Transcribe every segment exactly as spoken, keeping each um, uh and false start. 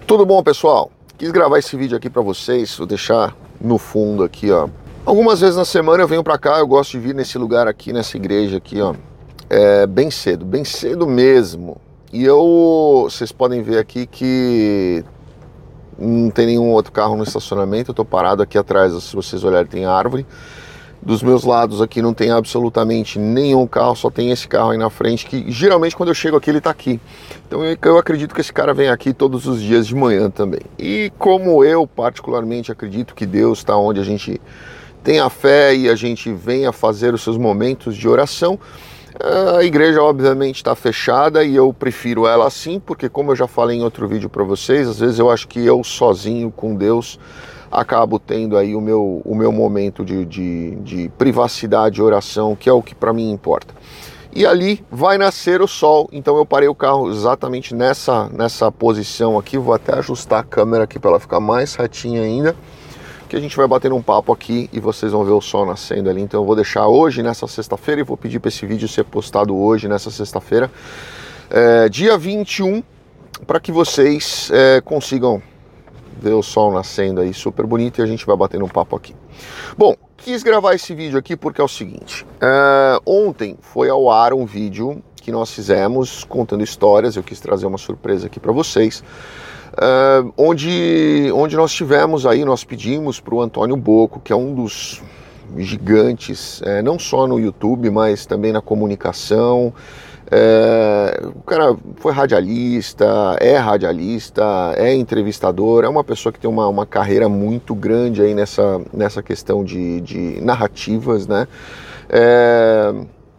Tudo bom, pessoal? Quis gravar esse vídeo aqui para vocês, vou deixar no fundo aqui, ó. Algumas vezes na semana eu venho para cá, eu gosto de vir nesse lugar aqui, nessa igreja aqui, ó, é, bem cedo, bem cedo mesmo. E eu, vocês podem ver aqui que não tem nenhum outro carro no estacionamento, eu tô parado aqui atrás, se vocês olharem tem árvore. Dos meus lados aqui não tem absolutamente nenhum carro, só tem esse carro aí na frente, que geralmente quando eu chego aqui ele tá aqui. Então eu, eu acredito que esse cara vem aqui todos os dias de manhã também. E como eu particularmente acredito que Deus está onde a gente tem a fé e a gente vem a fazer os seus momentos de oração, a igreja obviamente está fechada e eu prefiro ela assim, porque como eu já falei em outro vídeo para vocês, às vezes eu acho que eu sozinho com Deus acabo tendo aí o meu, o meu momento de, de, de privacidade e oração, que é o que para mim importa. E ali vai nascer o sol, então eu parei o carro exatamente nessa, nessa posição aqui, vou até ajustar a câmera aqui para ela ficar mais retinha ainda, que a gente vai bater um papo aqui e vocês vão ver o sol nascendo ali. Então eu vou deixar hoje, nessa sexta-feira, e vou pedir para esse vídeo ser postado hoje, nessa sexta-feira, é, dia vinte e um, para que vocês é, consigam ver o sol nascendo aí, super bonito, e a gente vai batendo um papo aqui. Bom, quis gravar esse vídeo aqui porque é o seguinte, é, ontem foi ao ar um vídeo que nós fizemos contando histórias, eu quis trazer uma surpresa aqui para vocês, é, onde, onde nós tivemos aí, nós pedimos para o Antônio Bocco, que é um dos gigantes, é, não só no YouTube, mas também na comunicação. É, o cara foi radialista, é radialista, é entrevistador, é uma pessoa que tem uma, uma carreira muito grande aí nessa, nessa questão de, de narrativas, né? É,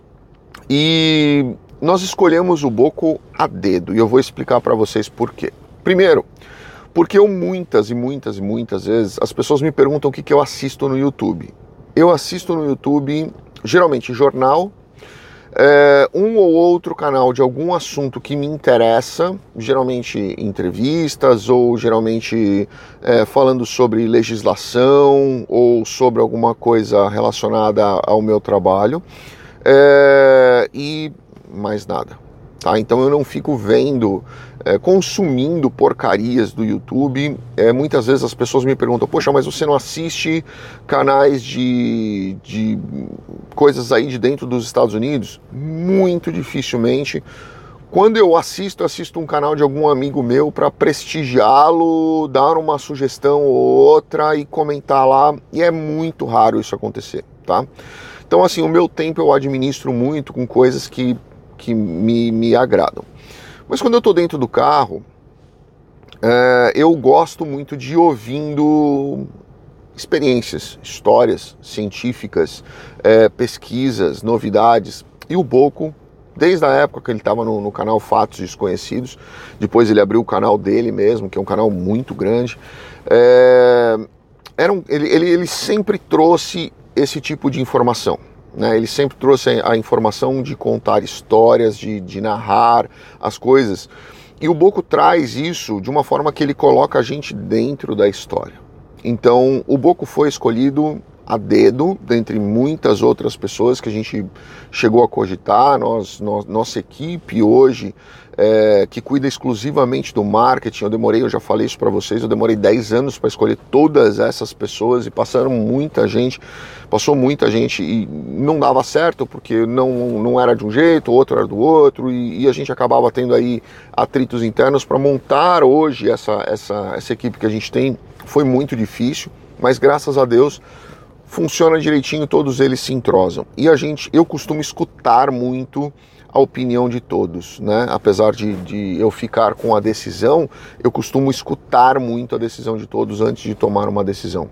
e nós escolhemos o Bocco a dedo, e eu vou explicar para vocês por quê. Primeiro, porque eu muitas e muitas e muitas vezes as pessoas me perguntam o que, que eu assisto no YouTube. Eu assisto no YouTube geralmente jornal, É, um ou outro canal de algum assunto que me interessa, geralmente entrevistas ou geralmente é, falando sobre legislação ou sobre alguma coisa relacionada ao meu trabalho, é, e mais nada. Tá? Então eu não fico vendo, é, consumindo porcarias do YouTube. É, muitas vezes as pessoas me perguntam, poxa, mas você não assiste canais de, de coisas aí de dentro dos Estados Unidos? Muito dificilmente. Quando eu assisto, eu assisto um canal de algum amigo meu para prestigiá-lo, dar uma sugestão ou outra e comentar lá, e é muito raro isso acontecer, tá? Então assim, o meu tempo eu administro muito com coisas que que me, me agradam. Mas quando eu estou dentro do carro, é, eu gosto muito de ir ouvindo experiências, histórias científicas, é, pesquisas, novidades. E o Bocco, desde a época que ele estava no, no canal Fatos Desconhecidos, depois ele abriu o canal dele mesmo, que é um canal muito grande, é, era um, ele, ele, ele sempre trouxe esse tipo de informação. Né, ele sempre trouxe a informação de contar histórias, de, de narrar as coisas. E o Bocco traz isso de uma forma que ele coloca a gente dentro da história. Então, o Bocco foi escolhido a dedo, dentre muitas outras pessoas que a gente chegou a cogitar. Nós, nós, nossa equipe hoje, é, que cuida exclusivamente do marketing, eu demorei, eu já falei isso para vocês, eu demorei dez anos para escolher todas essas pessoas e passaram muita gente, passou muita gente e não dava certo porque não, não era de um jeito, o outro era do outro, e, e a gente acabava tendo aí atritos internos para montar hoje essa, essa, essa equipe que a gente tem. Foi muito difícil, mas graças a Deus funciona direitinho, todos eles se entrosam. E a gente, eu costumo escutar muito a opinião de todos, né? Apesar de, de eu ficar com a decisão, eu costumo escutar muito a decisão de todos antes de tomar uma decisão.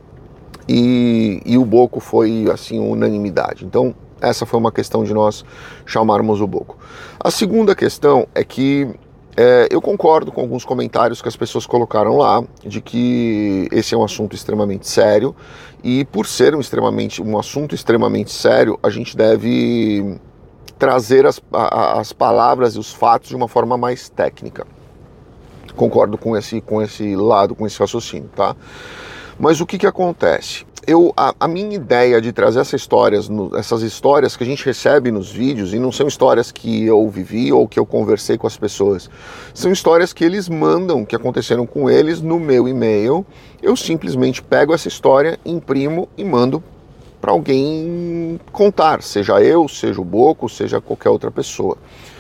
E, e o Bocco foi, assim, unanimidade. Então, essa foi uma questão de nós chamarmos o Bocco. A segunda questão é que É, eu concordo com alguns comentários que as pessoas colocaram lá, de que esse é um assunto extremamente sério, e por ser um, extremamente, um assunto extremamente sério, a gente deve trazer as, a, as palavras e os fatos de uma forma mais técnica. Concordo com esse, com esse lado, com esse raciocínio, tá? Mas o que que acontece? eu, a, a minha ideia de trazer essas histórias, no, essas histórias que a gente recebe nos vídeos, e não são histórias que eu vivi ou que eu conversei com as pessoas, são histórias que eles mandam, que aconteceram com eles no meu e-mail. Eu simplesmente pego essa história, imprimo e mando para alguém contar, seja eu, seja o Boco, seja qualquer outra pessoa.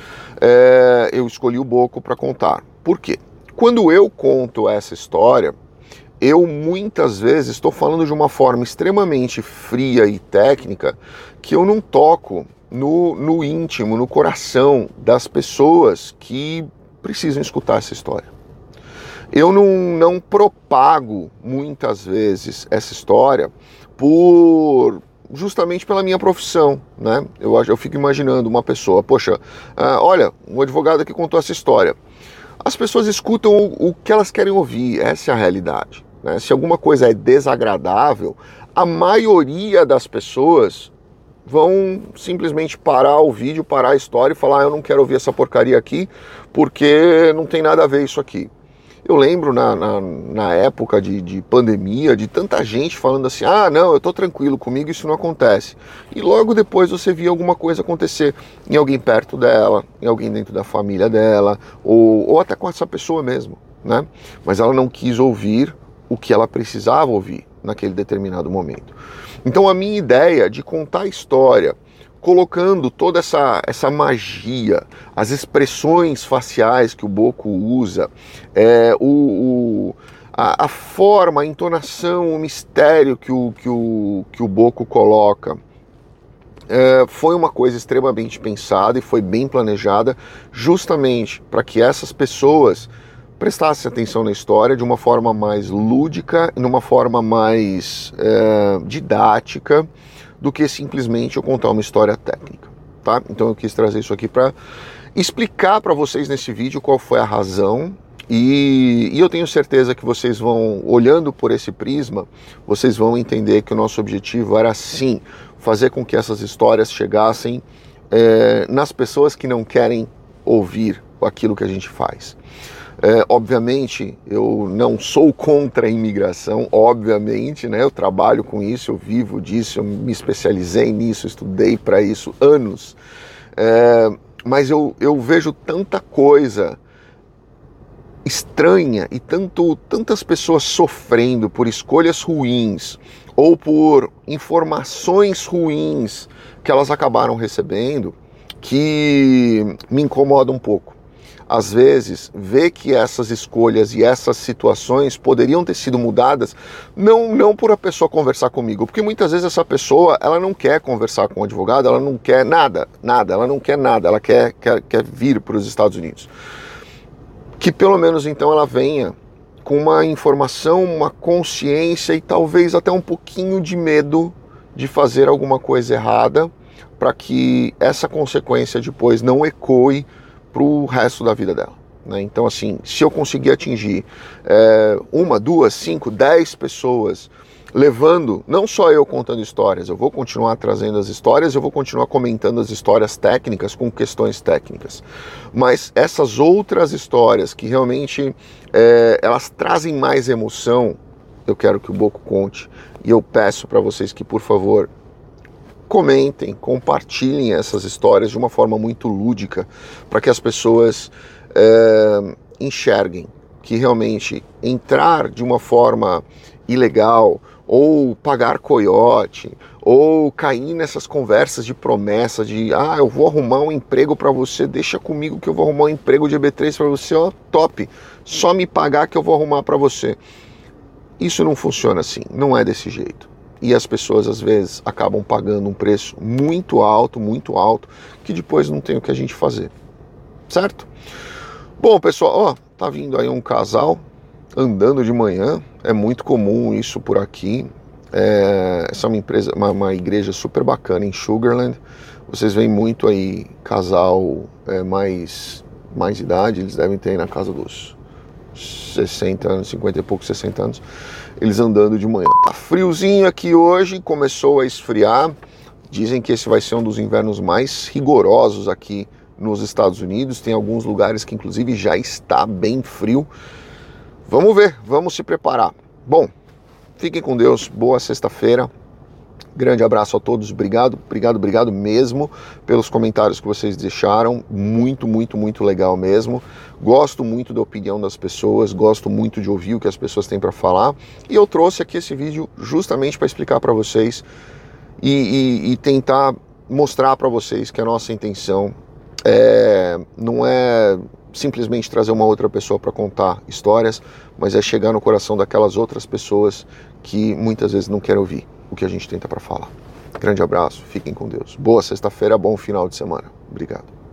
É, eu escolhi o Boco para contar. Por quê? Quando eu conto essa história, eu muitas vezes estou falando de uma forma extremamente fria e técnica que eu não toco no, no íntimo, no coração das pessoas que precisam escutar essa história. Eu não, não propago muitas vezes essa história por justamente pela minha profissão, né? Eu, eu fico imaginando uma pessoa, poxa, uh, olha, um advogado que contou essa história. As pessoas escutam o, o que elas querem ouvir, essa é a realidade. Né? Se alguma coisa é desagradável, a maioria das pessoas vão simplesmente parar o vídeo, parar a história e falar, ah, eu não quero ouvir essa porcaria aqui, porque não tem nada a ver isso aqui. Eu lembro na, na, na época de, de pandemia, de tanta gente falando assim, ah, não, eu tô tranquilo, comigo isso não acontece. E logo depois você via alguma coisa acontecer em alguém perto dela, em alguém dentro da família dela, ou, ou até com essa pessoa mesmo, né? Mas ela não quis ouvir o que ela precisava ouvir naquele determinado momento. Então a minha ideia de contar a história, colocando toda essa, essa magia, as expressões faciais que o Boco usa, é, o, o, a, a forma, a entonação, o mistério que o, que o, que o Boco coloca, é, foi uma coisa extremamente pensada e foi bem planejada, justamente para que essas pessoas prestassem atenção na história de uma forma mais lúdica, numa forma mais é, didática, do que simplesmente eu contar uma história técnica, tá? Então eu quis trazer isso aqui para explicar para vocês nesse vídeo qual foi a razão e, e eu tenho certeza que vocês vão, olhando por esse prisma, vocês vão entender que o nosso objetivo era sim, fazer com que essas histórias chegassem é, nas pessoas que não querem ouvir aquilo que a gente faz. É, obviamente, eu não sou contra a imigração, obviamente, né? Eu trabalho com isso, eu vivo disso, eu me especializei nisso, estudei para isso anos. É, mas eu, eu vejo tanta coisa estranha e tanto, tantas pessoas sofrendo por escolhas ruins ou por informações ruins que elas acabaram recebendo, que me incomoda um pouco. Às vezes, ver que essas escolhas e essas situações poderiam ter sido mudadas, não, não por a pessoa conversar comigo, porque muitas vezes essa pessoa, ela não quer conversar com o advogado, ela não quer nada, nada, ela não quer nada, ela quer, quer, quer vir para os Estados Unidos. Que pelo menos então ela venha com uma informação, uma consciência e talvez até um pouquinho de medo de fazer alguma coisa errada, para que essa consequência depois não ecoe para o resto da vida dela, né? Então assim, se eu conseguir atingir é, uma, duas, cinco, dez pessoas, levando, não só eu contando histórias, eu vou continuar trazendo as histórias, eu vou continuar comentando as histórias técnicas com questões técnicas, mas essas outras histórias que realmente é, elas trazem mais emoção, eu quero que o Boco conte, e eu peço para vocês que, por favor, comentem, compartilhem essas histórias de uma forma muito lúdica, para que as pessoas é, enxerguem que realmente entrar de uma forma ilegal, ou pagar coiote, ou cair nessas conversas de promessa de, ah, eu vou arrumar um emprego para você, deixa comigo que eu vou arrumar um emprego de E B três para você, ó, top, só me pagar que eu vou arrumar para você. Isso não funciona assim, não é desse jeito. E as pessoas às vezes acabam pagando um preço muito alto, muito alto, que depois não tem o que a gente fazer, certo? Bom, pessoal, ó, tá vindo aí um casal andando de manhã, é muito comum isso por aqui. É, essa é uma empresa, uma, uma igreja super bacana em Sugarland. Vocês veem muito aí casal é, mais, mais idade, eles devem ter aí na casa dos sessenta anos, cinquenta e poucos, sessenta anos, eles andando de manhã. Tá friozinho aqui hoje, começou a esfriar. Dizem que esse vai ser um dos invernos mais rigorosos aqui nos Estados Unidos. Tem alguns lugares que inclusive já está bem frio. Vamos ver, vamos se preparar. Bom, fiquem com Deus, boa sexta-feira. Grande abraço a todos, obrigado, obrigado, obrigado mesmo pelos comentários que vocês deixaram, muito, muito, muito legal mesmo. Gosto muito da opinião das pessoas, gosto muito de ouvir o que as pessoas têm para falar, e eu trouxe aqui esse vídeo justamente para explicar para vocês e, e, e tentar mostrar para vocês que a nossa intenção é, não é simplesmente trazer uma outra pessoa para contar histórias, mas é chegar no coração daquelas outras pessoas que muitas vezes não querem ouvir o que a gente tenta para falar. Grande abraço, fiquem com Deus. Boa sexta-feira, bom final de semana. Obrigado.